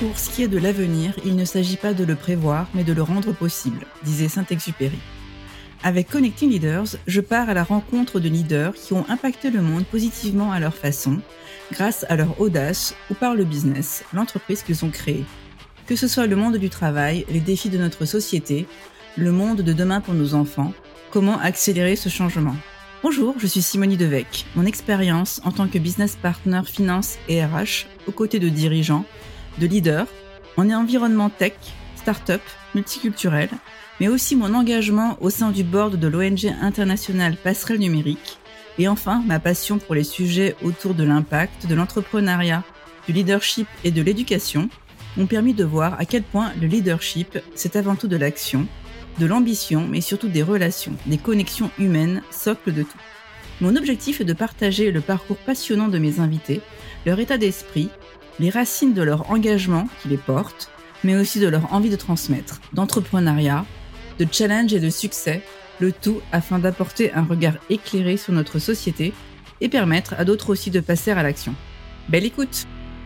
Pour ce qui est de l'avenir, il ne s'agit pas de le prévoir, mais de le rendre possible, disait Saint-Exupéry. Avec Connecting Leaders, je pars à la rencontre de leaders qui ont impacté le monde positivement à leur façon, grâce à leur audace ou par le business, l'entreprise qu'ils ont créée. Que ce soit le monde du travail, les défis de notre société, le monde de demain pour nos enfants, comment accélérer ce changement. Bonjour, je suis Simonie Devecq. Mon expérience en tant que business partner finance et RH, aux côtés de dirigeants, de leaders, en environnement tech, start-up, multiculturel, mais aussi mon engagement au sein du board de l'ONG internationale Passerelle Numérique, et enfin ma passion pour les sujets autour de l'impact, de l'entrepreneuriat, du leadership et de l'éducation, m'ont permis de voir à quel point le leadership, c'est avant tout de l'action, de l'ambition, mais surtout des relations, des connexions humaines, socle de tout. Mon objectif est de partager le parcours passionnant de mes invités, leur état d'esprit, les racines de leur engagement qui les portent, mais aussi de leur envie de transmettre, d'entrepreneuriat, de challenge et de succès, le tout afin d'apporter un regard éclairé sur notre société et permettre à d'autres aussi de passer à l'action. Belle écoute!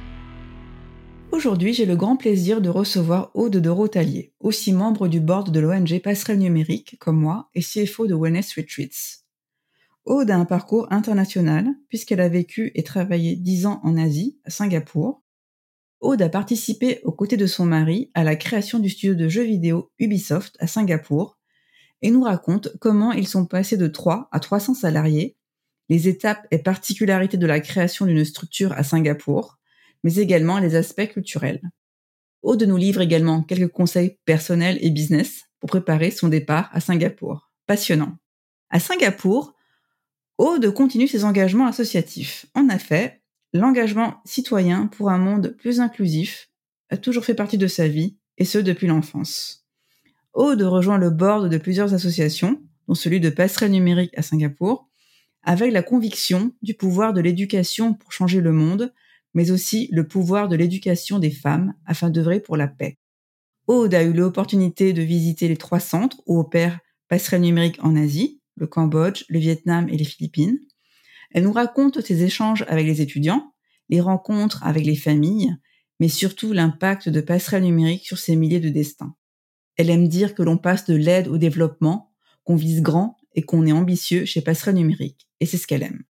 Aujourd'hui, j'ai le grand plaisir de recevoir Aude de Rotalier, aussi membre du board de l'ONG Passerelle Numérique, comme moi, et CFO de Wellness Retreats. Aude a un parcours international, puisqu'elle a vécu et travaillé 10 ans en Asie, à Singapour. Aude a participé aux côtés de son mari à la création du studio de jeux vidéo Ubisoft à Singapour, et nous raconte comment ils sont passés de 3 à 300 salariés, les étapes et particularités de la création d'une structure à Singapour, mais également les aspects culturels. Aude nous livre également quelques conseils personnels et business pour préparer son départ à Singapour. Passionnant. À Singapour, Aude continue ses engagements associatifs. En effet, l'engagement citoyen pour un monde plus inclusif a toujours fait partie de sa vie, et ce depuis l'enfance. Aude rejoint le board de plusieurs associations, dont celui de Passerelle Numérique à Singapour, avec la conviction du pouvoir de l'éducation pour changer le monde, mais aussi le pouvoir de l'éducation des femmes afin d'œuvrer pour la paix. Aude a eu l'opportunité de visiter les 3 centres où opère Passerelle Numérique en Asie, le Cambodge, le Vietnam et les Philippines. Elle nous raconte ses échanges avec les étudiants, les rencontres avec les familles, mais surtout l'impact de Passerelle Numérique sur ces milliers de destins. Elle aime dire que l'on passe de l'aide au développement, qu'on vise grand et qu'on est ambitieux chez Passerelle Numérique, et c'est ce qu'elle aime.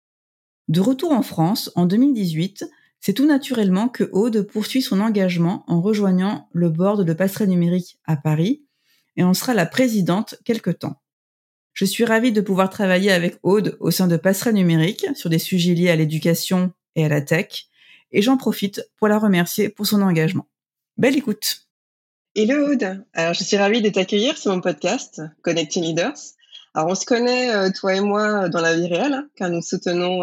De retour en France, en 2018, c'est tout naturellement que Aude poursuit son engagement en rejoignant le board de Passerelle Numérique à Paris et en sera la présidente quelque temps. Je suis ravie de pouvoir travailler avec Aude au sein de Passerelle Numérique sur des sujets liés à l'éducation et à la tech, et j'en profite pour la remercier pour son engagement. Belle écoute! Hello Aude, alors je suis ravie de t'accueillir sur mon podcast Connecting Leaders. Alors on se connaît, toi et moi, dans la vie réelle, car nous soutenons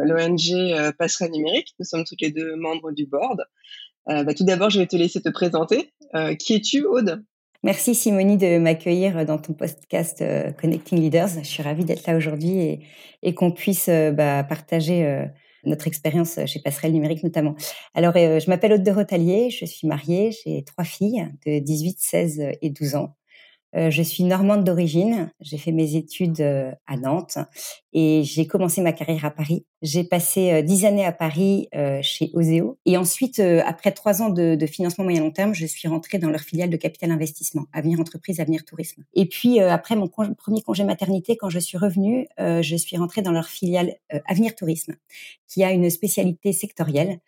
l'ONG Passerelle Numérique. Nous sommes toutes les deux membres du board. Tout d'abord, je vais te laisser te présenter. Qui es-tu, Aude ? Merci Simonie de m'accueillir dans ton podcast Connecting Leaders. Je suis ravie d'être là aujourd'hui et qu'on puisse partager notre expérience chez Passerelle Numérique notamment. Alors, je m'appelle Aude de Rotalier, je suis mariée, j'ai 3 filles de 18, 16 et 12 ans. Je suis normande d'origine, j'ai fait mes études à Nantes et j'ai commencé ma carrière à Paris. J'ai passé 10 années à Paris chez Oseo et ensuite, après 3 ans de financement moyen long terme, je suis rentrée dans leur filiale de capital investissement, Avenir Entreprise, Avenir Tourisme. Et puis, après mon premier congé maternité, quand je suis revenue, je suis rentrée dans leur filiale Avenir Tourisme, qui a une spécialité sectorielle.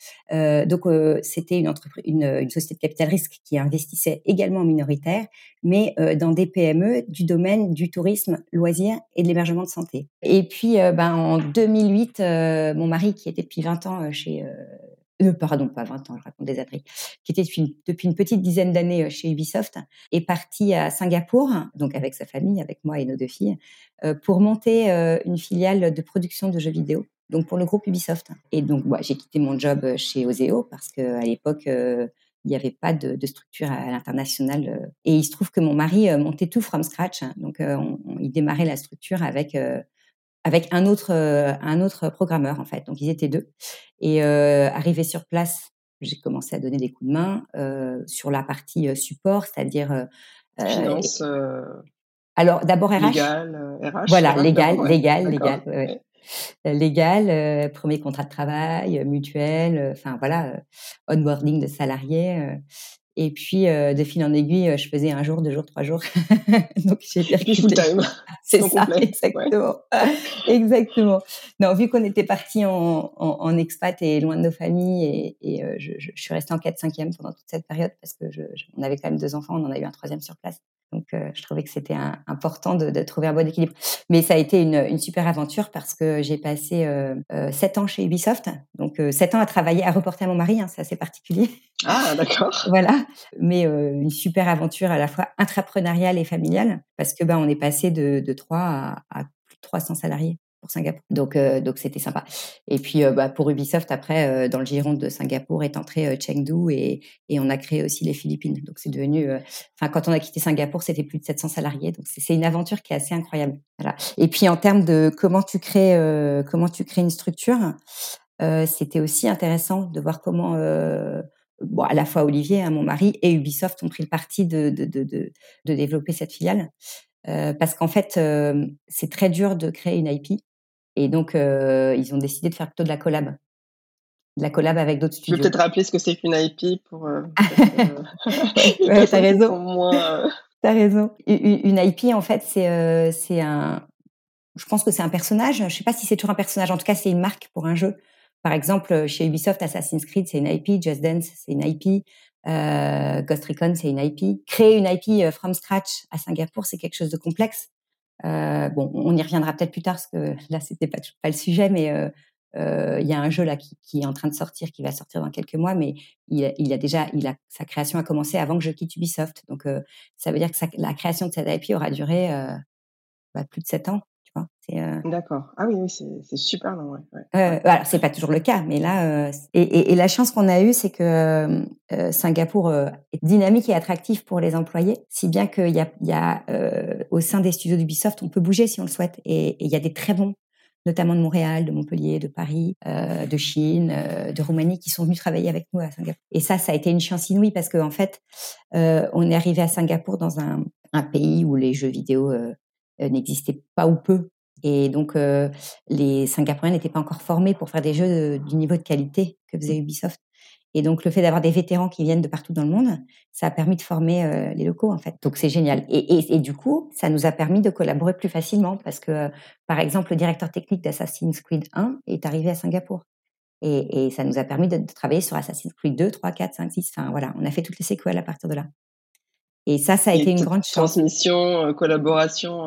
C'était une société de capital risque qui investissait également en minoritaire, mais dans des PME du domaine du tourisme, loisirs et de l'hébergement de santé. Et puis, en 2008, mon mari, qui était depuis 20 ans pas 20 ans, je raconte des âneries, qui était depuis une petite dizaine d'années chez Ubisoft, est parti à Singapour, donc avec sa famille, avec moi et nos 2 filles, pour monter une filiale de production de jeux vidéo, donc pour le groupe Ubisoft. Et donc, j'ai quitté mon job chez Oseo parce qu'à l'époque, il n'y avait pas de structure à l'international. Et il se trouve que mon mari montait tout from scratch. Donc, il démarrait la structure avec un autre programmeur, en fait. Donc, ils étaient 2. Et arrivé sur place, j'ai commencé à donner des coups de main sur la partie support, c'est-à-dire… Finance, alors, d'abord RH. légal, RH. Voilà, RH légal, d'abord, ouais. légal. D'accord. Ouais. légal, premier contrat de travail, mutuelle, enfin voilà, onboarding de salariés. Et puis, de fil en aiguille, je faisais 1 jour, 2 jours, 3 jours. Donc j'ai Et puis full percuté. time, C'est temps ça, complet. Ouais. exactement. Exactement. Non, vu qu'on était partis en expat et loin de nos familles et je suis restée en 4/5e pendant toute cette période parce que on avait quand même 2 enfants, on en a eu un 3e sur place. Donc je trouvais que c'était important de trouver un bon équilibre. Mais ça a été une super aventure parce que j'ai passé 7 ans chez Ubisoft. Donc 7 ans à travailler, à reporter à mon mari, hein, c'est assez particulier. Ah, d'accord. Voilà, mais une super aventure à la fois intrapreneuriale et familiale parce que, on est passé de 3 à plus de 300 salariés pour Singapour. Donc c'était sympa. Et puis, pour Ubisoft après, dans le giron de Singapour est entré, Chengdu et on a créé aussi les Philippines. Donc c'est devenu, quand on a quitté Singapour, c'était plus de 700 salariés. Donc c'est une aventure qui est assez incroyable. Voilà. Et puis en termes de comment tu crées une structure, c'était aussi intéressant de voir comment, à la fois Olivier, mon mari, et Ubisoft ont pris le parti de développer cette filiale. Parce qu'en fait, c'est très dur de créer une IP et donc ils ont décidé de faire plutôt de la collab. De la collab avec d'autres Tu peux studios. peut-être rappeler ce que c'est qu'une IP pour peut-être, les Ouais, tu personnes qui raison, sont moins. tu raison. Une IP, en fait, c'est un je pense que c'est un personnage. Je sais pas si c'est toujours un personnage. En tout cas, c'est une marque pour un jeu. Par exemple, chez Ubisoft, Assassin's Creed, c'est une IP. Just Dance, c'est une IP. Ghost Recon, c'est une IP. Créer une IP from scratch à Singapour, c'est quelque chose de complexe. On y reviendra peut-être plus tard parce que là, c'était pas le sujet, mais il y a un jeu là qui est en train de sortir, qui va sortir dans quelques mois, mais sa création a commencé avant que je quitte Ubisoft. Donc, ça veut dire que la création de cette IP aura duré plus de 7 ans, tu vois. D'accord. Ah oui, oui, c'est super long, ouais, ouais, ouais. Alors c'est pas toujours le cas, mais là, et la chance qu'on a eue, c'est que Singapour est dynamique et attractif pour les employés, si bien qu'il y a au sein des studios d'Ubisoft, on peut bouger si on le souhaite, et il y a des très bons, notamment de Montréal, de Montpellier, de Paris, de Chine, de Roumanie, qui sont venus travailler avec nous à Singapour. Et ça a été une chance inouïe parce qu'en fait, on est arrivé à Singapour dans un pays où les jeux vidéo n'existaient pas ou peu. Et donc, les Singapouriens n'étaient pas encore formés pour faire des jeux du niveau de qualité que faisait Ubisoft. Et donc, le fait d'avoir des vétérans qui viennent de partout dans le monde, ça a permis de former les locaux, en fait. Donc, c'est génial. Et du coup, ça nous a permis de collaborer plus facilement parce que, par exemple, le directeur technique d'Assassin's Creed 1 est arrivé à Singapour. Et ça nous a permis de travailler sur Assassin's Creed 2, 3, 4, 5, 6. Enfin, voilà, on a fait toutes les séquelles à partir de là. Et ça a été Et une grande chance. transmission, collaboration.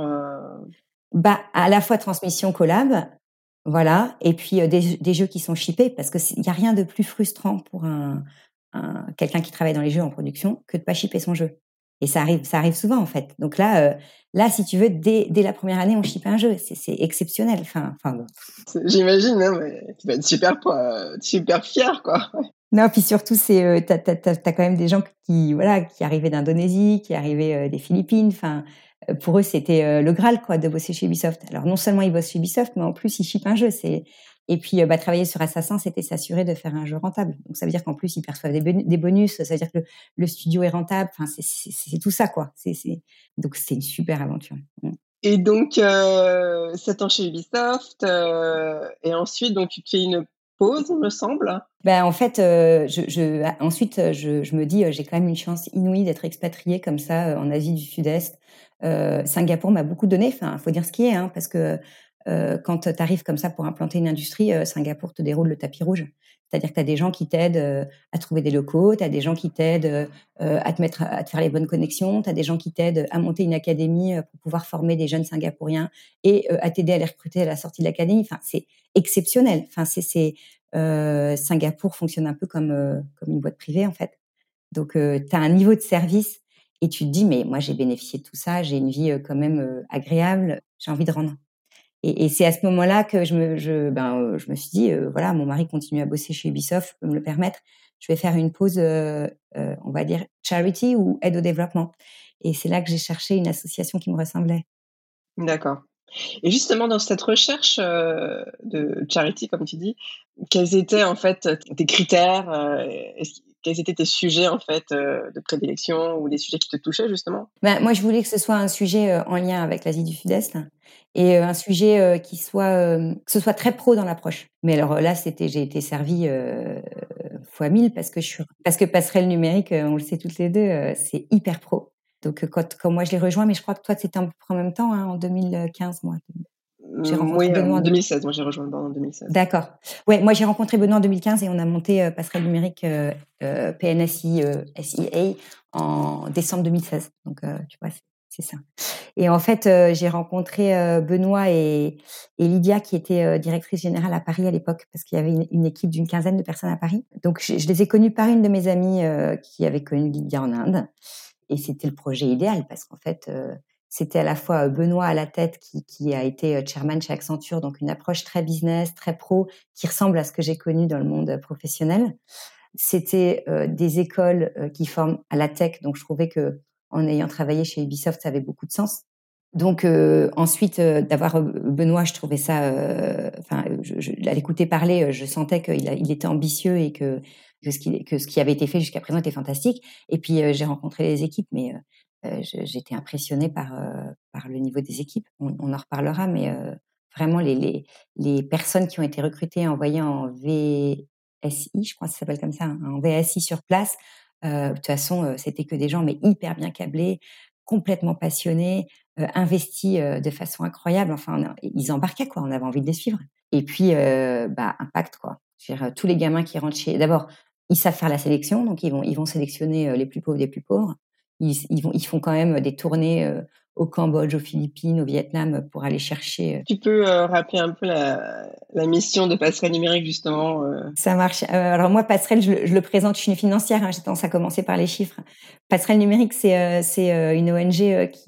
À la fois transmission collab, voilà, et puis des jeux qui sont shippés, parce que il y a rien de plus frustrant pour quelqu'un qui travaille dans les jeux en production que de pas shipper son jeu. Et ça arrive souvent en fait. Donc là, si tu veux, dès la première année, on shippe un jeu, c'est exceptionnel. Enfin bon. J'imagine, hein, mais tu vas être super fier, quoi. Non, puis surtout, t'as quand même des gens qui arrivaient d'Indonésie, qui arrivaient des Philippines. Enfin, pour eux, c'était le Graal, quoi, de bosser chez Ubisoft. Alors, non seulement ils bossent chez Ubisoft, mais en plus, ils shippent un jeu. Et puis, travailler sur Assassin, c'était s'assurer de faire un jeu rentable. Donc, ça veut dire qu'en plus, ils perçoivent des bonus. Ça veut dire que le studio est rentable. Enfin, c'est tout ça, quoi. Donc, c'est une super aventure. Et donc, 7 ans chez Ubisoft, et ensuite, donc, tu te fais une pause, il me semble. En fait, ensuite, je me dis, j'ai quand même une chance inouïe d'être expatriée comme ça en Asie du Sud-Est. Singapour m'a beaucoup donné. Enfin, faut dire ce qui est, hein, parce que quand tu arrives comme ça pour implanter une industrie, Singapour te déroule le tapis rouge. C'est-à-dire que tu as des gens qui t'aident à trouver des locaux, tu as des gens qui t'aident à te faire les bonnes connexions, tu as des gens qui t'aident à monter une académie pour pouvoir former des jeunes Singapouriens et à t'aider à les recruter à la sortie de l'académie. Enfin, c'est exceptionnel. Enfin, Singapour fonctionne un peu comme une boîte privée en fait. Donc tu as un niveau de service et tu te dis mais moi j'ai bénéficié de tout ça, j'ai une vie quand même agréable, j'ai envie de rendre. Et c'est à ce moment-là que je me suis dit voilà, mon mari continue à bosser chez Ubisoft, je peux me le permettre. Je vais faire une pause on va dire charity ou aide au développement. Et c'est là que j'ai cherché une association qui me ressemblait. D'accord. Et justement, dans cette recherche de charity, comme tu dis, quels étaient en fait tes critères, quels étaient tes sujets en fait de prédilection ou des sujets qui te touchaient justement? Moi, je voulais que ce soit un sujet en lien avec l'Asie du Sud-Est. et un sujet qui soit que ce soit très pro dans l'approche. Mais alors là, j'ai été servie fois 1000 parce que passerelle numérique, on le sait toutes les deux, c'est hyper pro. Donc quand moi je l'ai rejoint, mais je crois que toi c'était un peu en même temps, hein, en 2015, moi. J'ai rencontré Oui, Benoît en en 2016. Moi, j'ai rejoint en 2016. D'accord. Ouais, moi j'ai rencontré Benoît en 2015 et on a monté passerelle numérique PNSI SIA en décembre 2016. Donc tu vois, c'est ça. Et en fait, j'ai rencontré Benoît et Lydia qui était directrice générale à Paris à l'époque parce qu'il y avait une équipe d'une quinzaine de personnes à Paris. Donc je les ai connus par une de mes amies qui avait connu Lydia en Inde. Et c'était le projet idéal parce qu'en fait, c'était à la fois Benoît à la tête qui a été chairman chez Accenture, donc une approche très business, très pro, qui ressemble à ce que j'ai connu dans le monde professionnel. C'était des écoles qui forment à la tech, donc je trouvais que en ayant travaillé chez Ubisoft, ça avait beaucoup de sens. Donc ensuite d'avoir Benoît, je trouvais ça, enfin, à l'écouter parler, je sentais il était ambitieux et que ce qui avait été fait jusqu'à présent était fantastique. Et puis j'ai rencontré les équipes, mais j'étais impressionnée par le niveau des équipes. On en reparlera, mais vraiment les personnes qui ont été recrutées et envoyées en VSI, je crois que ça s'appelle comme ça, hein, en VSI sur place. De toute façon, c'était que des gens mais hyper bien câblés, complètement passionnés, investis de façon incroyable. Enfin, ils embarquaient quoi. On avait envie de les suivre. Et puis, impact quoi. Je veux dire, tous les gamins qui rentrent d'abord, ils savent faire la sélection, donc ils vont sélectionner les plus pauvres des plus pauvres. Ils font quand même des tournées au Cambodge, aux Philippines, au Vietnam pour aller chercher. Tu peux rappeler un peu la mission de Passerelle numérique justement Ça marche. Alors moi, Passerelle, je le présente, je suis une financière, hein, j'ai tendance à commencer par les chiffres. Passerelle numérique, c'est une ONG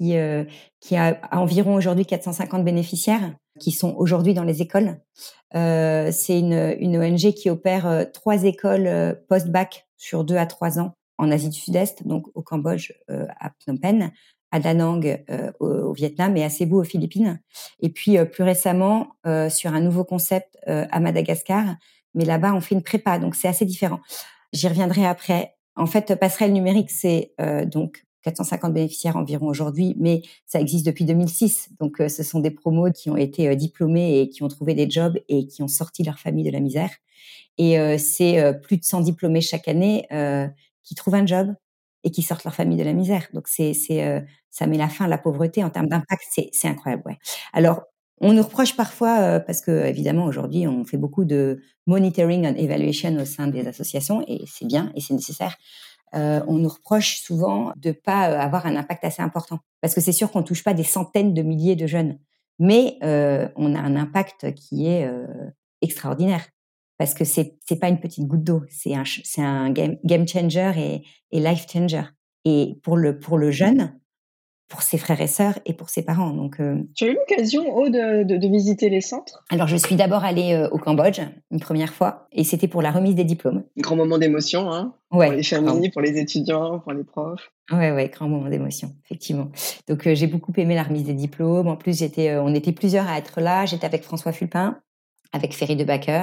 qui a environ aujourd'hui 450 bénéficiaires qui sont aujourd'hui dans les écoles. C'est une ONG qui opère 3 écoles post-bac sur 2 à 3 ans en Asie du Sud-Est, donc au Cambodge, à Phnom Penh, à Da Nang au Vietnam et à Cebu aux Philippines. Et puis plus récemment sur un nouveau concept à Madagascar, mais là-bas on fait une prépa, donc c'est assez différent. J'y reviendrai après. En fait, Passerelle numérique, c'est donc 450 bénéficiaires environ aujourd'hui, mais ça existe depuis 2006. Donc, ce sont des promos qui ont été diplômés et qui ont trouvé des jobs et qui ont sorti leur famille de la misère. Et c'est plus de 100 diplômés chaque année qui trouvent un job et qui sortent leur famille de la misère. Donc, ça met la fin à la pauvreté en termes d'impact. C'est incroyable, ouais. Alors, on nous reproche parfois, parce que évidemment aujourd'hui on fait beaucoup de monitoring and evaluation au sein des associations et c'est bien et c'est nécessaire. On nous reproche souvent de pas avoir un impact assez important. Parce que c'est sûr qu'on touche pas des centaines de milliers de jeunes, mais on a un impact qui est extraordinaire. Parce que c'est pas une petite goutte d'eau, c'est un game changer et life changer. Et pour le jeune, pour ses frères et sœurs et pour ses parents. Donc, Tu as eu l'occasion, Aude, de visiter les centres? alors je suis d'abord allée au Cambodge une première fois, et c'était pour la remise des diplômes. Grand moment d'émotion, hein, pour les Ouais, familles, pour les étudiants, pour les profs. ouais, grand moment d'émotion, effectivement. Donc j'ai beaucoup aimé la remise des diplômes. En plus, on était plusieurs à être là. J'étais avec François Fulpin, avec Ferry de Backer.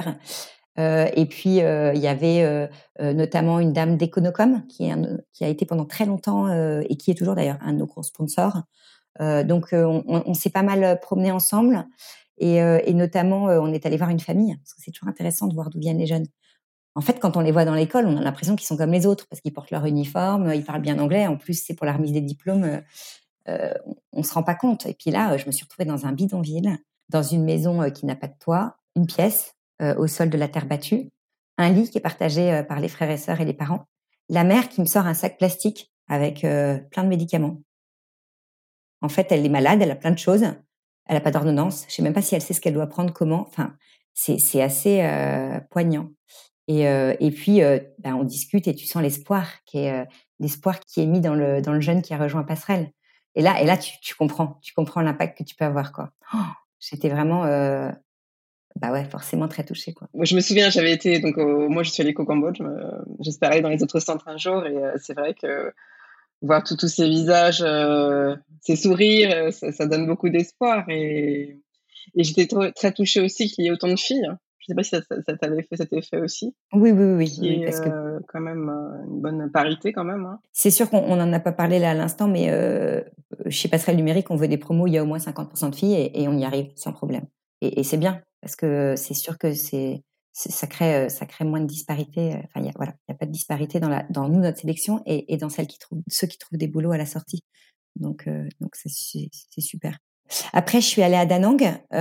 Et puis il y avait notamment une dame d'Econocom qui a été pendant très longtemps et qui est toujours d'ailleurs un de nos gros sponsors. Donc on s'est pas mal promené ensemble et notamment on est allé voir une famille parce que c'est toujours intéressant de voir d'où viennent les jeunes. En fait, quand on les voit dans l'école, on a l'impression qu'ils sont comme les autres parce qu'ils portent leur uniforme, ils parlent bien anglais. En plus, c'est pour la remise des diplômes. On se rend pas compte. Et puis là, je me suis retrouvée dans un bidonville, dans une maison qui n'a pas de toit, une pièce au sol de la terre battue, un lit qui est partagé par les frères et sœurs et les parents, la mère qui me sort un sac plastique avec plein de médicaments. En fait, elle est malade, elle a plein de choses, elle a pas d'ordonnance. Je sais même pas si elle sait ce qu'elle doit prendre, comment. Enfin, c'est assez poignant. Et puis, on discute et tu sens l'espoir qui est mis dans le jeune qui a rejoint Passerelle. Et là, tu comprends l'impact que tu peux avoir, quoi. Oh, j'étais vraiment, forcément très touchée, quoi. Moi, je me souviens, j'avais été donc moi je suis allée qu'au Cambodge, j'espère aller dans les autres centres un jour et c'est vrai que voir tous ces visages, ces sourires, ça donne beaucoup d'espoir et j'étais très touchée aussi qu'il y ait autant de filles. Je sais pas si ça t'avait fait cet effet aussi, Oui, qui est parce que quand même une bonne parité quand même, hein. c'est sûr qu'on n'en a pas parlé là à l'instant, mais chez Passerelle Numérique, on veut des promos, il y a au moins 50% de filles et on y arrive sans problème. Et c'est bien parce que c'est sûr que ça crée moins de disparité. Enfin, il y a pas de disparité dans notre sélection et dans ceux qui trouvent des boulots à la sortie. Donc c'est super. Après, je suis allée à Da Nang.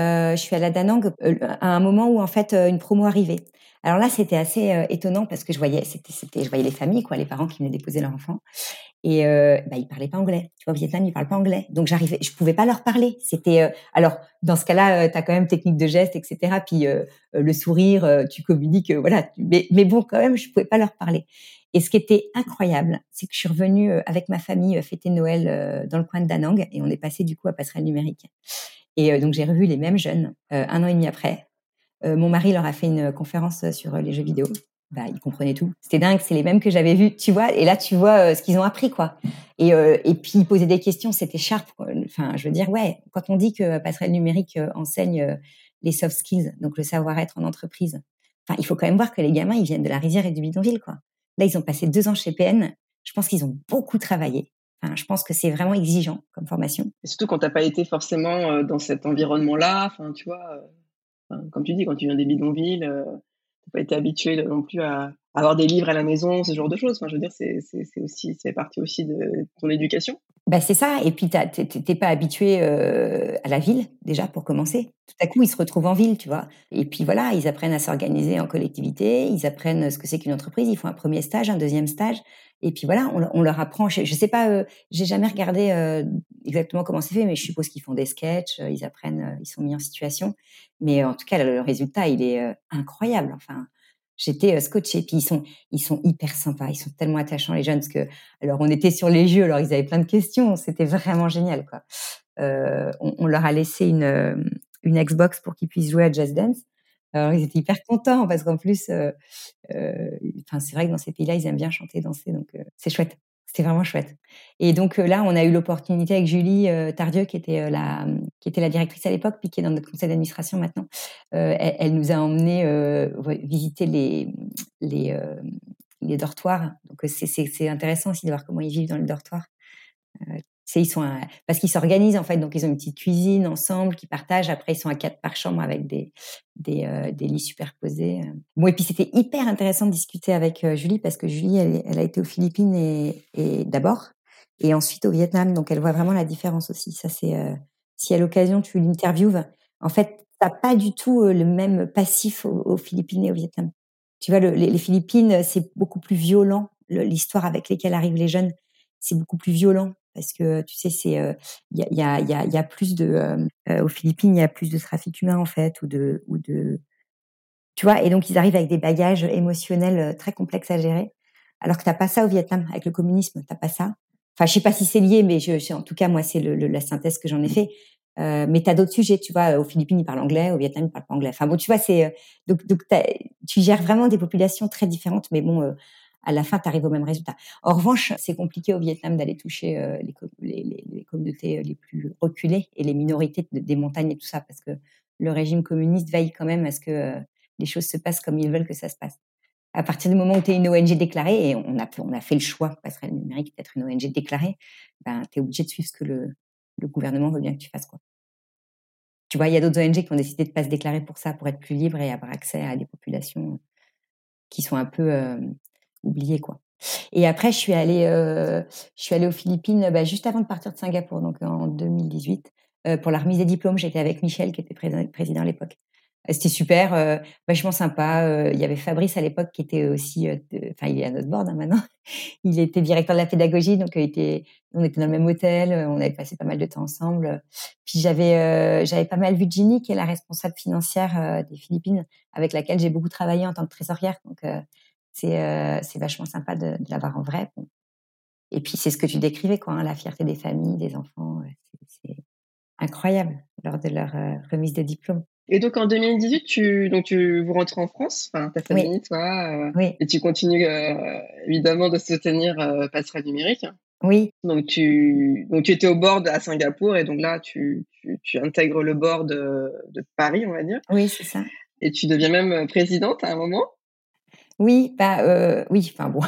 À un moment où en fait une promo arrivait. Alors là, c'était assez étonnant parce que je voyais les familles, quoi, les parents qui venaient déposer leur enfant. Et ils parlaient pas anglais. Tu vois, au Vietnam, ils parlent pas anglais. Donc je pouvais pas leur parler. C'était alors dans ce cas-là, tu as quand même technique de geste, etc. Puis le sourire, tu communiques, voilà. Mais bon, quand même, je pouvais pas leur parler. Et ce qui était incroyable, c'est que je suis revenue avec ma famille fêter Noël dans le coin de Da Nang et on est passé du coup à Passerelle Numérique. Et donc j'ai revu les mêmes jeunes 1 an et demi après. Mon mari leur a fait une conférence sur les jeux vidéo. Ils comprenaient tout. C'était dingue, c'est les mêmes que j'avais vus, tu vois. Et là, tu vois ce qu'ils ont appris, quoi. Et puis ils posaient des questions, c'était sharp, quoi. Enfin, je veux dire, ouais, quand on dit que Passerelle Numérique enseigne les soft skills, donc le savoir-être en entreprise. Enfin, il faut quand même voir que les gamins, ils viennent de la rizière et du bidonville, quoi. Là, ils ont passé 2 ans chez PN. Je pense qu'ils ont beaucoup travaillé. Enfin, je pense que c'est vraiment exigeant comme formation. Et surtout quand t'as pas été forcément dans cet environnement-là, enfin, tu vois, comme tu dis, quand tu viens des bidonvilles, t'as pas été habitué non plus à avoir des livres à la maison, ce genre de choses. Enfin, je veux dire, c'est aussi, ça fait partie aussi de ton éducation. C'est ça. Et puis t'es pas habitué à la ville déjà pour commencer. Tout à coup, ils se retrouvent en ville, tu vois. Et puis voilà, ils apprennent à s'organiser en collectivité, ils apprennent ce que c'est qu'une entreprise, ils font un premier stage, un deuxième stage. Et puis voilà, on leur apprend. Je sais pas, j'ai jamais regardé exactement comment c'est fait, mais je suppose qu'ils font des sketchs, ils apprennent, ils sont mis en situation. Mais en tout cas, le résultat, il est incroyable. Enfin, j'étais scotchée. Puis ils sont hyper sympas, ils sont tellement attachants les jeunes parce que alors on était sur les jeux, alors ils avaient plein de questions, c'était vraiment génial, quoi. On leur a laissé une Xbox pour qu'ils puissent jouer à Just Dance. Alors ils étaient hyper contents parce qu'en plus, enfin c'est vrai que dans ces pays-là, ils aiment bien chanter, danser, donc c'est chouette. C'était vraiment chouette. Et donc là, on a eu l'opportunité avec Julie Tardieu, qui était la directrice à l'époque, puis qui est dans notre conseil d'administration maintenant. Elle nous a emmenés visiter les dortoirs. Donc c'est intéressant aussi de voir comment ils vivent dans les dortoirs. Parce qu'ils s'organisent en fait, donc ils ont une petite cuisine ensemble qu'ils partagent. Après, ils sont à 4 par chambre avec des lits superposés. Bon, et puis c'était hyper intéressant de discuter avec Julie parce que Julie, elle a été aux Philippines et d'abord, et ensuite au Vietnam, donc elle voit vraiment la différence aussi. Ça, c'est si à l'occasion tu l'interviewes, en fait, t'as pas du tout le même passif aux Philippines et au Vietnam. Tu vois, les Philippines, c'est beaucoup plus violent. L'histoire avec lesquelles arrivent les jeunes, c'est beaucoup plus violent parce que tu sais, il y a plus de aux Philippines, il y a plus de trafic humain en fait ou de tu vois, et donc ils arrivent avec des bagages émotionnels très complexes à gérer, alors que t'as pas ça au Vietnam avec le communisme, t'as pas ça. Enfin, je sais pas si c'est lié, mais en tout cas moi c'est la synthèse que j'en ai fait. Mais t'as d'autres sujets, tu vois. Aux Philippines ils parlent anglais, au Vietnam ils parlent pas anglais. Enfin bon, tu vois, donc tu gères vraiment des populations très différentes, mais bon. À la fin, tu arrives au même résultat. En revanche, c'est compliqué au Vietnam d'aller toucher les communautés les plus reculées et les minorités des montagnes et tout ça, parce que le régime communiste veille quand même à ce que les choses se passent comme ils veulent que ça se passe. À partir du moment où tu es une ONG déclarée, et on a fait le choix, Passerelle Numérique, d'être une ONG déclarée, tu es obligé de suivre ce que le gouvernement veut bien que tu fasses, quoi. Tu vois, il y a d'autres ONG qui ont décidé de pas se déclarer pour ça, pour être plus libres et avoir accès à des populations qui sont un peu oubliées, quoi. Et après, je suis allée aux Philippines juste avant de partir de Singapour, donc en 2018, pour la remise des diplômes. J'étais avec Michel, qui était président à l'époque. C'était super, vachement sympa. Il y avait Fabrice à l'époque qui était aussi, il est à notre board maintenant. Il était directeur de la pédagogie, donc on était dans le même hôtel, on avait passé pas mal de temps ensemble. Puis j'avais pas mal vu Ginny, qui est la responsable financière des Philippines, avec laquelle j'ai beaucoup travaillé en tant que trésorière. Donc c'est vachement sympa de l'avoir en vrai. Bon. Et puis c'est ce que tu décrivais, quoi, hein, la fierté des familles, des enfants, c'est incroyable lors de leur remise de diplôme. Et donc en 2018, vous rentrez en France, enfin ta Oui, famille, toi, oui, et tu continues évidemment de soutenir Passerelle Numérique. oui, Donc tu étais au board à Singapour et donc là tu intègres le board de Paris, on va dire, oui, c'est ça. et tu deviens même présidente à un moment. Oui, oui, enfin bon.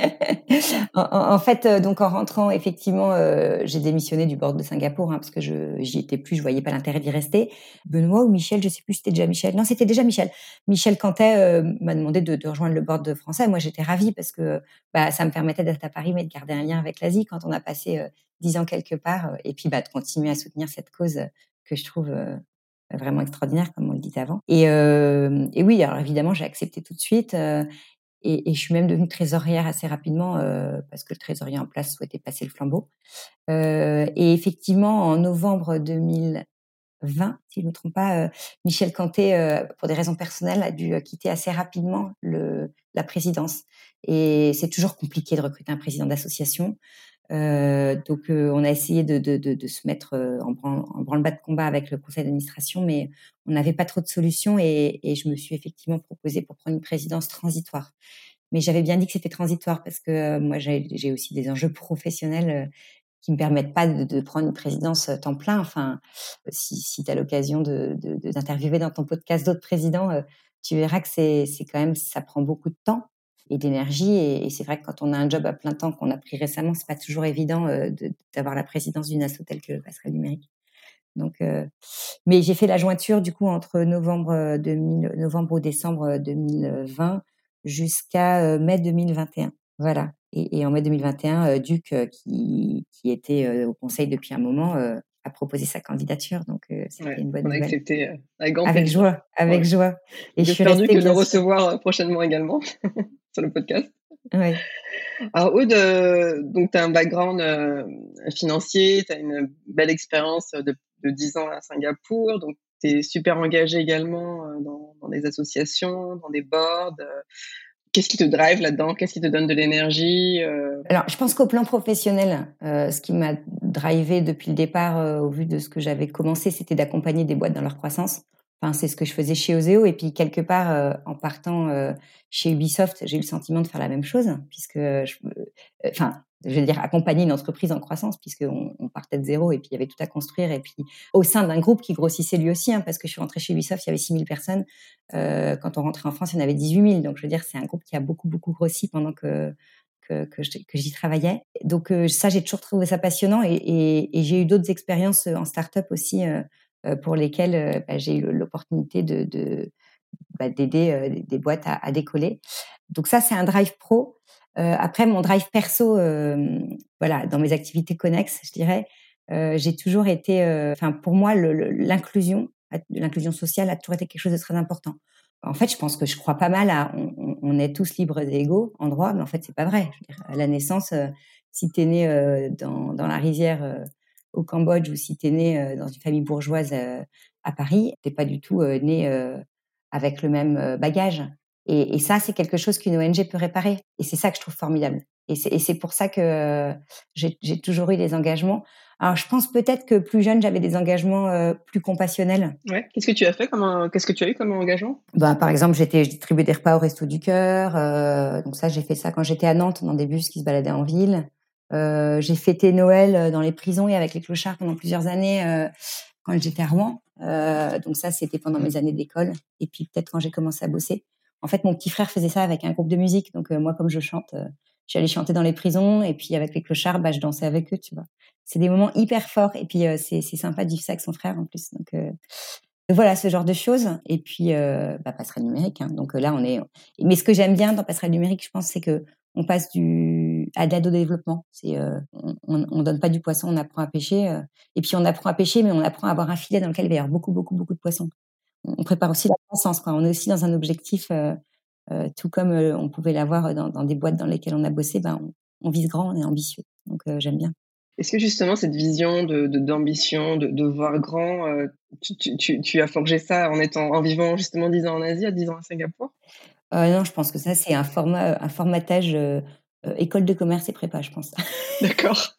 En fait, donc en rentrant, effectivement, j'ai démissionné du board de Singapour, parce que j'y étais plus, je voyais pas l'intérêt d'y rester. Benoît ou Michel, je sais plus, c'était déjà Michel. Non, c'était déjà Michel. Michel Cantet m'a demandé de rejoindre le board français. Moi, j'étais ravie parce que ça me permettait d'être à Paris, mais de garder un lien avec l'Asie quand on a passé 10 ans quelque part, et puis de continuer à soutenir cette cause que je trouve vraiment extraordinaire, comme on le disait avant. Et oui, alors évidemment, j'ai accepté tout de suite. Et je suis même devenue trésorière assez rapidement parce que le trésorier en place souhaitait passer le flambeau. Et effectivement, en novembre 2020, si je ne me trompe pas, Michel Cantet, pour des raisons personnelles, a dû quitter assez rapidement la présidence. Et c'est toujours compliqué de recruter un président d'association. Donc, on a essayé de se mettre en branle-bas de combat avec le conseil d'administration, mais on n'avait pas trop de solutions et je me suis effectivement proposée pour prendre une présidence transitoire. Mais j'avais bien dit que c'était transitoire parce que moi, j'ai aussi des enjeux professionnels qui me permettent pas de prendre une présidence temps plein. Enfin, si tu as l'occasion d'interviewer dans ton podcast d'autres présidents, tu verras que c'est quand même, ça prend beaucoup de temps et d'énergie. Et c'est vrai que quand on a un job à plein temps qu'on a pris récemment, c'est pas toujours évident d'avoir la présidence d'une asso telle que Passerelle Numérique. Donc, mais j'ai fait la jointure du coup entre novembre ou décembre 2020 jusqu'à mai 2021. Voilà. Et en mai 2021, Duc, qui était au conseil depuis un moment, a proposé sa candidature. Donc, c'était une bonne On a nouvelle. accepté avec grand Avec plaisir. joie, avec Ouais. joie. Et je suis J'espère restée que de le bien sûr. recevoir prochainement également sur le podcast. Ouais. Alors Aude, donc tu as un background financier, tu as une belle expérience de 10 ans à Singapour, donc tu es super engagée également dans des associations, dans des boards. Qu'est-ce qui te drive là-dedans? Qu'est-ce qui te donne de l'énergie? Alors, je pense qu'au plan professionnel, ce qui m'a drivé depuis le départ, au vu de ce que j'avais commencé, c'était d'accompagner des boîtes dans leur croissance. Enfin, c'est ce que je faisais chez Oseo et puis quelque part, en partant, chez Ubisoft, j'ai eu le sentiment de faire la même chose puisque enfin, je veux dire accompagner une entreprise en croissance puisqu'on partait de zéro et puis il y avait tout à construire et puis au sein d'un groupe qui grossissait lui aussi, parce que je suis rentrée chez Ubisoft, il y avait 6 000 personnes. Quand on rentrait en France, il y en avait 18 000. Donc je veux dire, c'est un groupe qui a beaucoup, beaucoup grossi pendant que j'y travaillais. Donc ça, j'ai toujours trouvé ça passionnant et j'ai eu d'autres expériences en start-up aussi pour lesquelles j'ai eu l'opportunité d'aider des boîtes à décoller. Donc ça, c'est un drive pro. Après, mon drive perso, voilà, dans mes activités connexes, je dirais, j'ai toujours été, enfin pour moi, l'inclusion sociale a toujours été quelque chose de très important. En fait, je pense que je crois pas mal à on est tous libres et égaux en droit, mais en fait, c'est pas vrai. Je veux dire, à la naissance, si tu es né dans la rizière au Cambodge ou si tu es né dans une famille bourgeoise à Paris, t'es pas du tout né avec le même bagage. Et ça, c'est quelque chose qu'une ONG peut réparer. Et c'est ça que je trouve formidable. Et c'est pour ça que j'ai toujours eu des engagements. Alors, je pense peut-être que plus jeune, j'avais des engagements plus compassionnels. Ouais. Qu'est-ce que tu as fait qu'est-ce que tu as eu comme engagement? Par exemple, je distribuais des repas au Resto du Cœur. Donc ça, j'ai fait ça quand j'étais à Nantes, dans des bus qui se baladaient en ville. J'ai fêté Noël dans les prisons et avec les clochards pendant plusieurs années quand j'étais à Rouen. Donc ça, c'était pendant mes années d'école. Et puis peut-être quand j'ai commencé à bosser. En fait, mon petit frère faisait ça avec un groupe de musique. Donc moi, comme je chante, j'allais chanter dans les prisons. Et puis avec les clochards, je dansais avec eux, tu vois. C'est des moments hyper forts. Et puis c'est sympa de vivre ça avec son frère en plus. Donc voilà, ce genre de choses. Et puis passerelle numérique. Donc là, on est. Mais ce que j'aime bien dans passerelle numérique, je pense, c'est que on passe à de l'aide au développement. C'est on donne pas du poisson, on apprend à pêcher. Et puis on apprend à pêcher, mais on apprend à avoir un filet dans lequel il va y avoir beaucoup, beaucoup, beaucoup de poissons. On prépare aussi la croissance, quoi. On est aussi dans un objectif, tout comme on pouvait l'avoir dans des boîtes dans lesquelles on a bossé. On vise grand, on est ambitieux. Donc j'aime bien. Est-ce que justement cette vision d'ambition, de voir grand, tu as forgé ça en vivant justement 10 ans en Asie, à 10 ans à Singapour? Non, je pense que ça, c'est un formatage école de commerce et prépa, je pense. D'accord.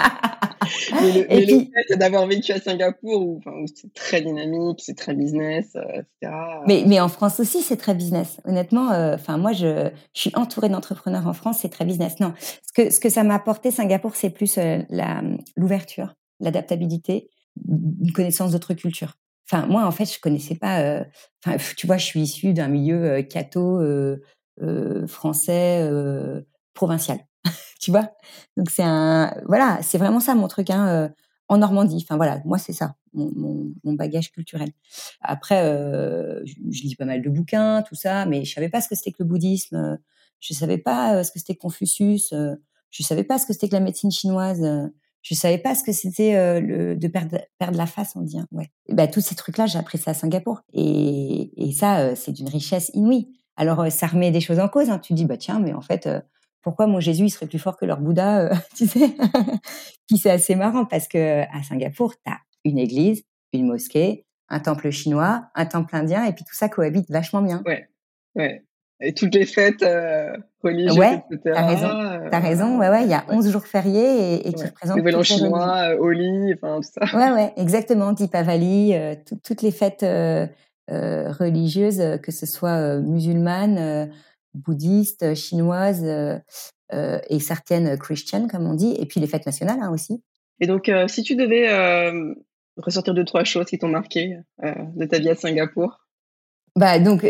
Et Mais le puis, fait d'avoir vécu à Singapour où c'est très dynamique, c'est très business, etc. mais en France aussi, c'est très business. Honnêtement, enfin moi, je suis entourée d'entrepreneurs en France, c'est très business. Non, ce que ça m'a apporté Singapour, c'est plus l'ouverture, l'adaptabilité, une connaissance d'autres cultures. Enfin moi, en fait, je connaissais pas. Enfin, tu vois, je suis issue d'un milieu catho, français provincial. Tu vois? Donc c'est vraiment ça mon truc, en Normandie. Enfin voilà, moi c'est ça, mon bagage culturel. Après, je lis pas mal de bouquins, tout ça, mais je savais pas ce que c'était que le bouddhisme, je savais pas, ce que c'était que Confucius, je savais pas ce que c'était que la médecine chinoise, je savais pas ce que c'était, le de perdre la face, on dit, hein, ouais. Et bah, tous ces trucs-là, j'ai appris ça à Singapour et ça, c'est d'une richesse inouïe. Alors, ça remet des choses en cause, hein. Tu te dis: «Bah, tiens, mais en fait, pourquoi mon Jésus, il serait plus fort que leur Bouddha?» Tu sais? Puis c'est assez marrant parce qu'à Singapour, tu as une église, une mosquée, un temple chinois, un temple indien et puis tout ça cohabite vachement bien. Ouais, ouais. Et toutes les fêtes religieuses, Ouais, tu etc. as raison, ouais, ouais, il y a 11 jours fériés et qui Ouais. représentent Nouvel An toutes les religions. chinois, Holi, enfin tout ça. Ouais, ouais, exactement, Deepavali, toutes les fêtes, religieuses, que ce soit, musulmanes, bouddhistes, chinoises, et certaines christian comme on dit et puis les fêtes nationales, hein, aussi. Et donc, si tu devais ressortir 2-3 choses qui t'ont marqué de ta vie à Singapour. Bah, donc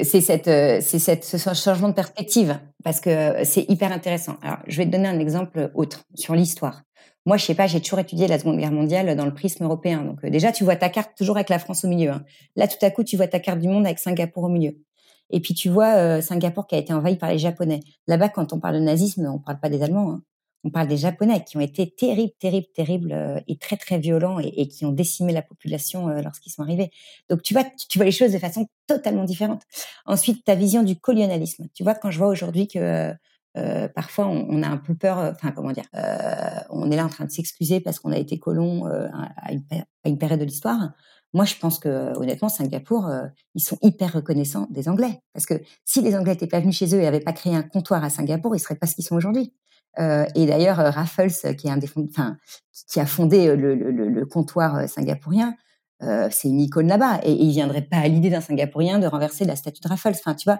ce changement de perspective parce que c'est hyper intéressant. Alors, je vais te donner un exemple autre sur l'histoire. Moi, je sais pas, j'ai toujours étudié la Seconde Guerre mondiale dans le prisme européen. Donc, déjà, tu vois ta carte toujours avec la France au milieu, hein. Là, tout à coup, tu vois ta carte du monde avec Singapour au milieu. Et puis, tu vois, Singapour qui a été envahi par les Japonais. Là-bas, quand on parle de nazisme, on parle pas des Allemands, hein. On parle des Japonais qui ont été terribles, terribles, terribles, et très, très violents et qui ont décimé la population, lorsqu'ils sont arrivés. Donc tu vois les choses de façon totalement différente. Ensuite, ta vision du colonialisme. Tu vois, quand je vois aujourd'hui que parfois on a un peu peur, enfin comment dire, on est là en train de s'excuser parce qu'on a été colon à une période de l'histoire. Moi, je pense que honnêtement, Singapour, ils sont hyper reconnaissants des Anglais parce que si les Anglais n'étaient pas venus chez eux et n'avaient pas créé un comptoir à Singapour, ils seraient pas ce qu'ils sont aujourd'hui. Et d'ailleurs, Raffles, qui est qui a fondé le comptoir singapourien, c'est une icône là-bas. Et il viendrait pas à l'idée d'un Singapourien de renverser la statue de Raffles. Enfin, tu vois,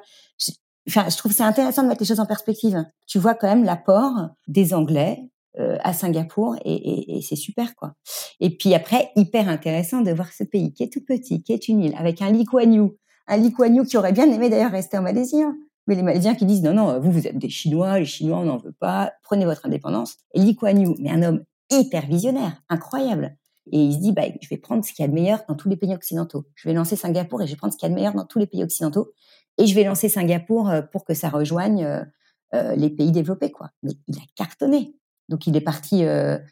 je trouve que c'est intéressant de mettre les choses en perspective. Tu vois quand même l'apport des Anglais à Singapour et c'est super, quoi. Et puis après, hyper intéressant de voir ce pays qui est tout petit, qui est une île, avec un Lee Kuan Yew. Un Lee Kuan Yew qui aurait bien aimé d'ailleurs rester en Malaisie, hein. Mais les Malaisiens qui disent non, non, vous êtes des Chinois, les Chinois, on n'en veut pas, prenez votre indépendance. Et Lee Kuan Yew, mais un homme hyper visionnaire, incroyable. Et il se dit, bah, je vais prendre ce qu'il y a de meilleur dans tous les pays occidentaux. Je vais lancer Singapour et je vais prendre ce qu'il y a de meilleur dans tous les pays occidentaux. Et je vais lancer Singapour pour que ça rejoigne les pays développés, quoi. Mais il a cartonné. Donc, il est parti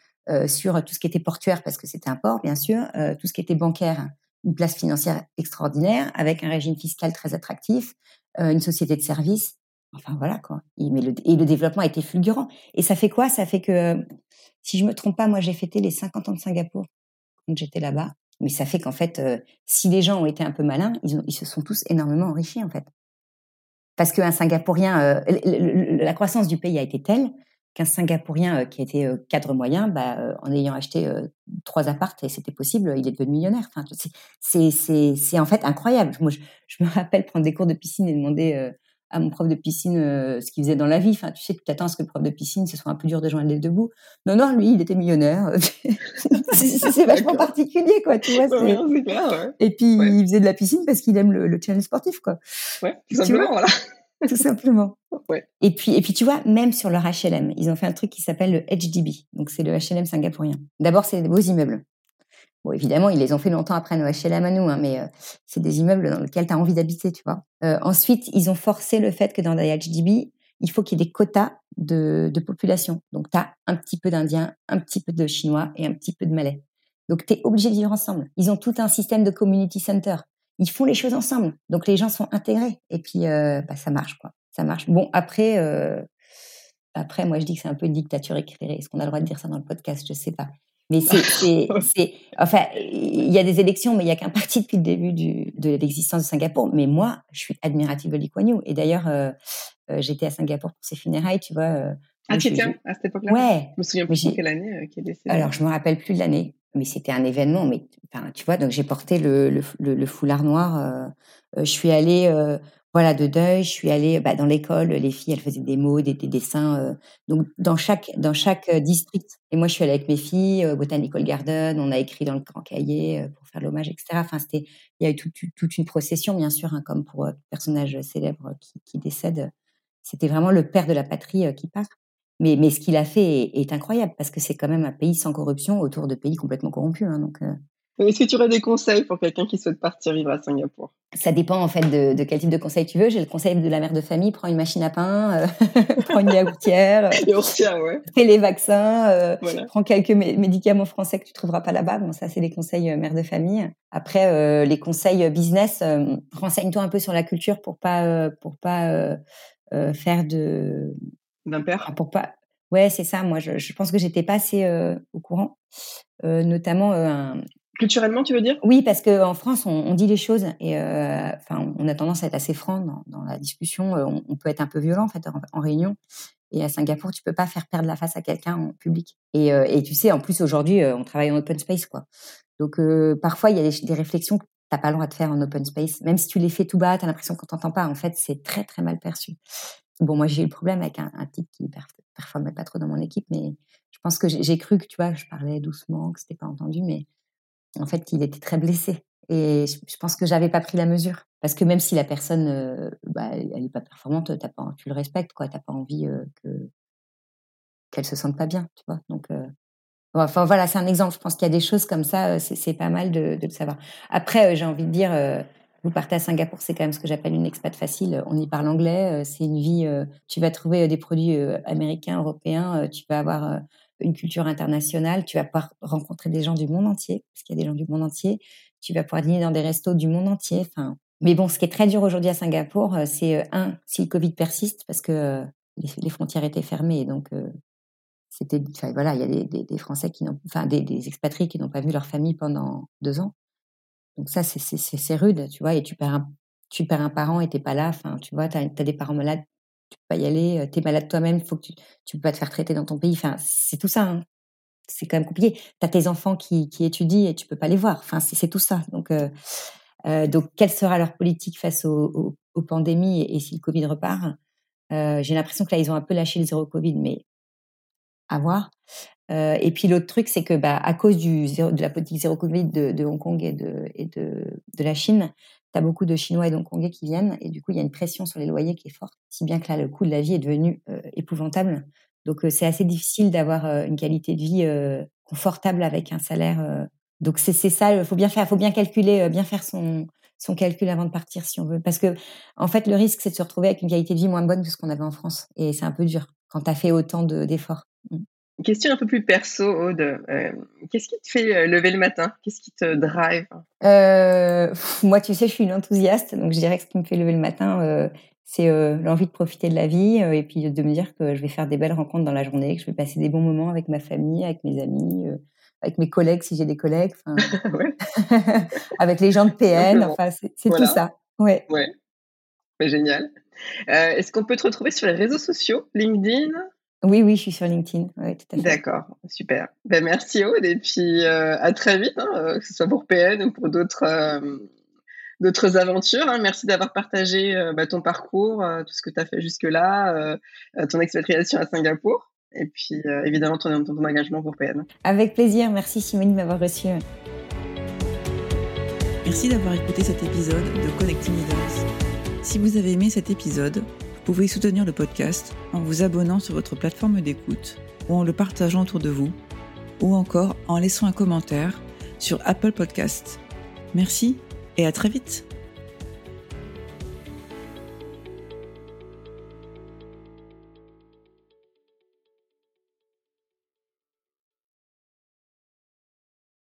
sur tout ce qui était portuaire, parce que c'était un port, bien sûr, tout ce qui était bancaire, une place financière extraordinaire, avec un régime fiscal très attractif, une société de services. Enfin, voilà, quoi. Et le développement a été fulgurant. Et ça fait quoi? Ça fait que, si je me trompe pas, moi, j'ai fêté les 50 ans de Singapour quand j'étais là-bas. Mais ça fait qu'en fait, si les gens ont été un peu malins, ils se sont tous énormément enrichis, en fait. Parce qu'un Singapourien, la croissance du pays a été telle qu'un Singapourien qui était cadre moyen, en ayant acheté 3 appartes et c'était possible, il est devenu millionnaire. Enfin, c'est en fait incroyable. Moi, je me rappelle prendre des cours de piscine et demander à mon prof de piscine ce qu'il faisait dans la vie. Enfin, tu sais, tu t'attends à ce que le prof de piscine, ce soit un peu dur de joindre les deux bouts. Non, non, lui, il était millionnaire. C'est vachement D'accord. particulier, quoi, tu vois. Ouais, non, c'est clair, ouais. Et puis, Ouais, il faisait de la piscine parce qu'il aime le challenge sportif, quoi. ouais, tout Tu vois? simplement, voilà. Tout simplement. Ouais. Et puis tu vois, même sur leur HLM, ils ont fait un truc qui s'appelle le HDB. Donc c'est le HLM singapourien. D'abord, c'est des beaux immeubles. Bon, évidemment, ils les ont fait longtemps après nos HLM à nous, hein, mais c'est des immeubles dans lesquels tu as envie d'habiter, tu vois. Ensuite, ils ont forcé le fait que dans les HDB, il faut qu'il y ait des quotas de population. Donc tu as un petit peu d'Indiens, un petit peu de Chinois et un petit peu de Malais. Donc tu es obligé de vivre ensemble. Ils ont tout un système de community center. Ils font les choses ensemble. Donc les gens sont intégrés. Et puis ça marche, quoi. Ça marche. Bon, après, moi, je dis que c'est un peu une dictature éclairée. Est-ce qu'on a le droit de dire ça dans le podcast? Je sais pas. Mais enfin, il y a des élections, mais il y a qu'un parti depuis le début de l'existence de Singapour. Mais moi, je suis admirative de Lee Kuan Yew. Et d'ailleurs, j'étais à Singapour pour ses funérailles, tu vois. Ah, Moi, tu tiens, à cette époque-là? ouais, Je me souviens mais plus en quelle année qu'il est décédé. alors je me rappelle plus de l'année, mais c'était un événement. Mais enfin, tu vois, donc j'ai porté le foulard noir. Je suis allée, voilà, de deuil. Je suis allée, dans l'école. Les filles, elles faisaient des mots, des dessins. Donc dans chaque district. Et moi, je suis allée avec mes filles au Botanical Garden. On a écrit dans le grand cahier pour faire l'hommage, etc. Enfin, il y a eu toute une procession, bien sûr, hein, comme pour personnage célèbre qui décède. c'était vraiment le père de la patrie qui part. Mais ce qu'il a fait est incroyable parce que c'est quand même un pays sans corruption autour de pays complètement corrompus. Donc, est-ce que tu aurais des conseils pour quelqu'un qui souhaite partir vivre à Singapour? Ça dépend en fait de quel type de conseil tu veux. J'ai le conseil de la mère de famille, prends une machine à pain, prends une yaourtière, Ouais. fais les vaccins, Voilà. prends quelques médicaments français que tu trouveras pas là-bas. Bon, ça c'est les conseils mère de famille. Après les conseils business, renseigne-toi un peu sur la culture pour pas faire de D'impair. pour pas. Ouais, c'est ça. Moi, je pense que j'étais pas assez au courant, notamment Culturellement, tu veux dire? Oui, parce qu'en France, on dit les choses et on a tendance à être assez franc dans la discussion. On peut être un peu violent en fait en réunion. Et à Singapour, tu peux pas faire perdre la face à quelqu'un en public. Et tu sais, en plus aujourd'hui, on travaille en open space, quoi. Donc parfois, il y a des réflexions que t'as pas le droit de faire en open space, même si tu les fais tout bas, t'as l'impression qu'on t'entend pas. En fait, c'est très très mal perçu. Bon, moi, j'ai eu le problème avec un type qui performait pas trop dans mon équipe, mais je pense que j'ai cru que tu vois, je parlais doucement, que c'était pas entendu, mais en fait, il était très blessé et je pense que j'avais pas pris la mesure. Parce que même si la personne, elle est pas performante, tu le respectes, quoi. Tu as pas envie qu'elle se sente pas bien, tu vois? Donc enfin voilà, c'est un exemple. Je pense qu'il y a des choses comme ça, c'est pas mal de le savoir. Après, j'ai envie de dire, vous partez à Singapour, c'est quand même ce que j'appelle une expat facile. On y parle anglais, c'est une vie, tu vas trouver des produits américains, européens, tu vas avoir une culture internationale, tu vas pouvoir rencontrer des gens du monde entier, parce qu'il y a des gens du monde entier. Tu vas pouvoir dîner dans des restos du monde entier. Enfin, mais bon, ce qui est très dur aujourd'hui à Singapour, c'est si le Covid persiste, parce que les frontières étaient fermées, donc voilà, il y a des Français des expatriés qui n'ont pas vu leur famille pendant 2 ans. Donc ça, c'est rude, tu vois, et tu perds un parent et t'es pas là. Enfin, tu vois, t'as des parents malades, tu peux pas y aller. T'es malade toi-même, faut que tu peux pas te faire traiter dans ton pays. Enfin, c'est tout ça. C'est quand même compliqué. T'as tes enfants qui étudient et tu peux pas les voir. Enfin, c'est tout ça. Donc, quelle sera leur politique face aux pandémies et si le Covid repart? J'ai l'impression que là, ils ont un peu lâché le zéro Covid, mais à voir. Et puis l'autre truc, c'est que à cause de la politique zéro Covid de Hong Kong et de la Chine, tu as beaucoup de Chinois et d'Hongkongais qui viennent et du coup, il y a une pression sur les loyers qui est forte, si bien que là, le coût de la vie est devenu épouvantable. Donc c'est assez difficile d'avoir une qualité de vie confortable avec un salaire. Donc c'est ça, il faut bien calculer, bien faire son calcul avant de partir si on veut. Parce que en fait, le risque, c'est de se retrouver avec une qualité de vie moins bonne que ce qu'on avait en France. Et c'est un peu dur quand tu as fait autant d'efforts. Une question un peu plus perso, Aude. Qu'est-ce qui te fait lever le matin? Qu'est-ce qui te drive? Moi, tu sais, je suis une enthousiaste, donc je dirais que ce qui me fait lever le matin, c'est l'envie de profiter de la vie et puis de me dire que je vais faire des belles rencontres dans la journée, que je vais passer des bons moments avec ma famille, avec mes amis, avec mes collègues si j'ai des collègues, Ouais, avec les gens de PN, simplement. enfin c'est tout Voilà. ça. Ouais. Ouais, génial. Est-ce qu'on peut te retrouver sur les réseaux sociaux, LinkedIn? Oui, je suis sur LinkedIn. Ouais, tout à fait. D'accord, super. Merci Aude et puis à très vite, que ce soit pour PN ou pour d'autres aventures. Merci d'avoir partagé ton parcours, tout ce que tu as fait jusque-là, ton expatriation à Singapour et puis évidemment ton engagement pour PN. Avec plaisir. Merci Simone de m'avoir reçue. Merci d'avoir écouté cet épisode de Connecting Leaders. Si vous avez aimé cet épisode, vous pouvez soutenir le podcast en vous abonnant sur votre plateforme d'écoute ou en le partageant autour de vous ou encore en laissant un commentaire sur Apple Podcasts. Merci et à très vite.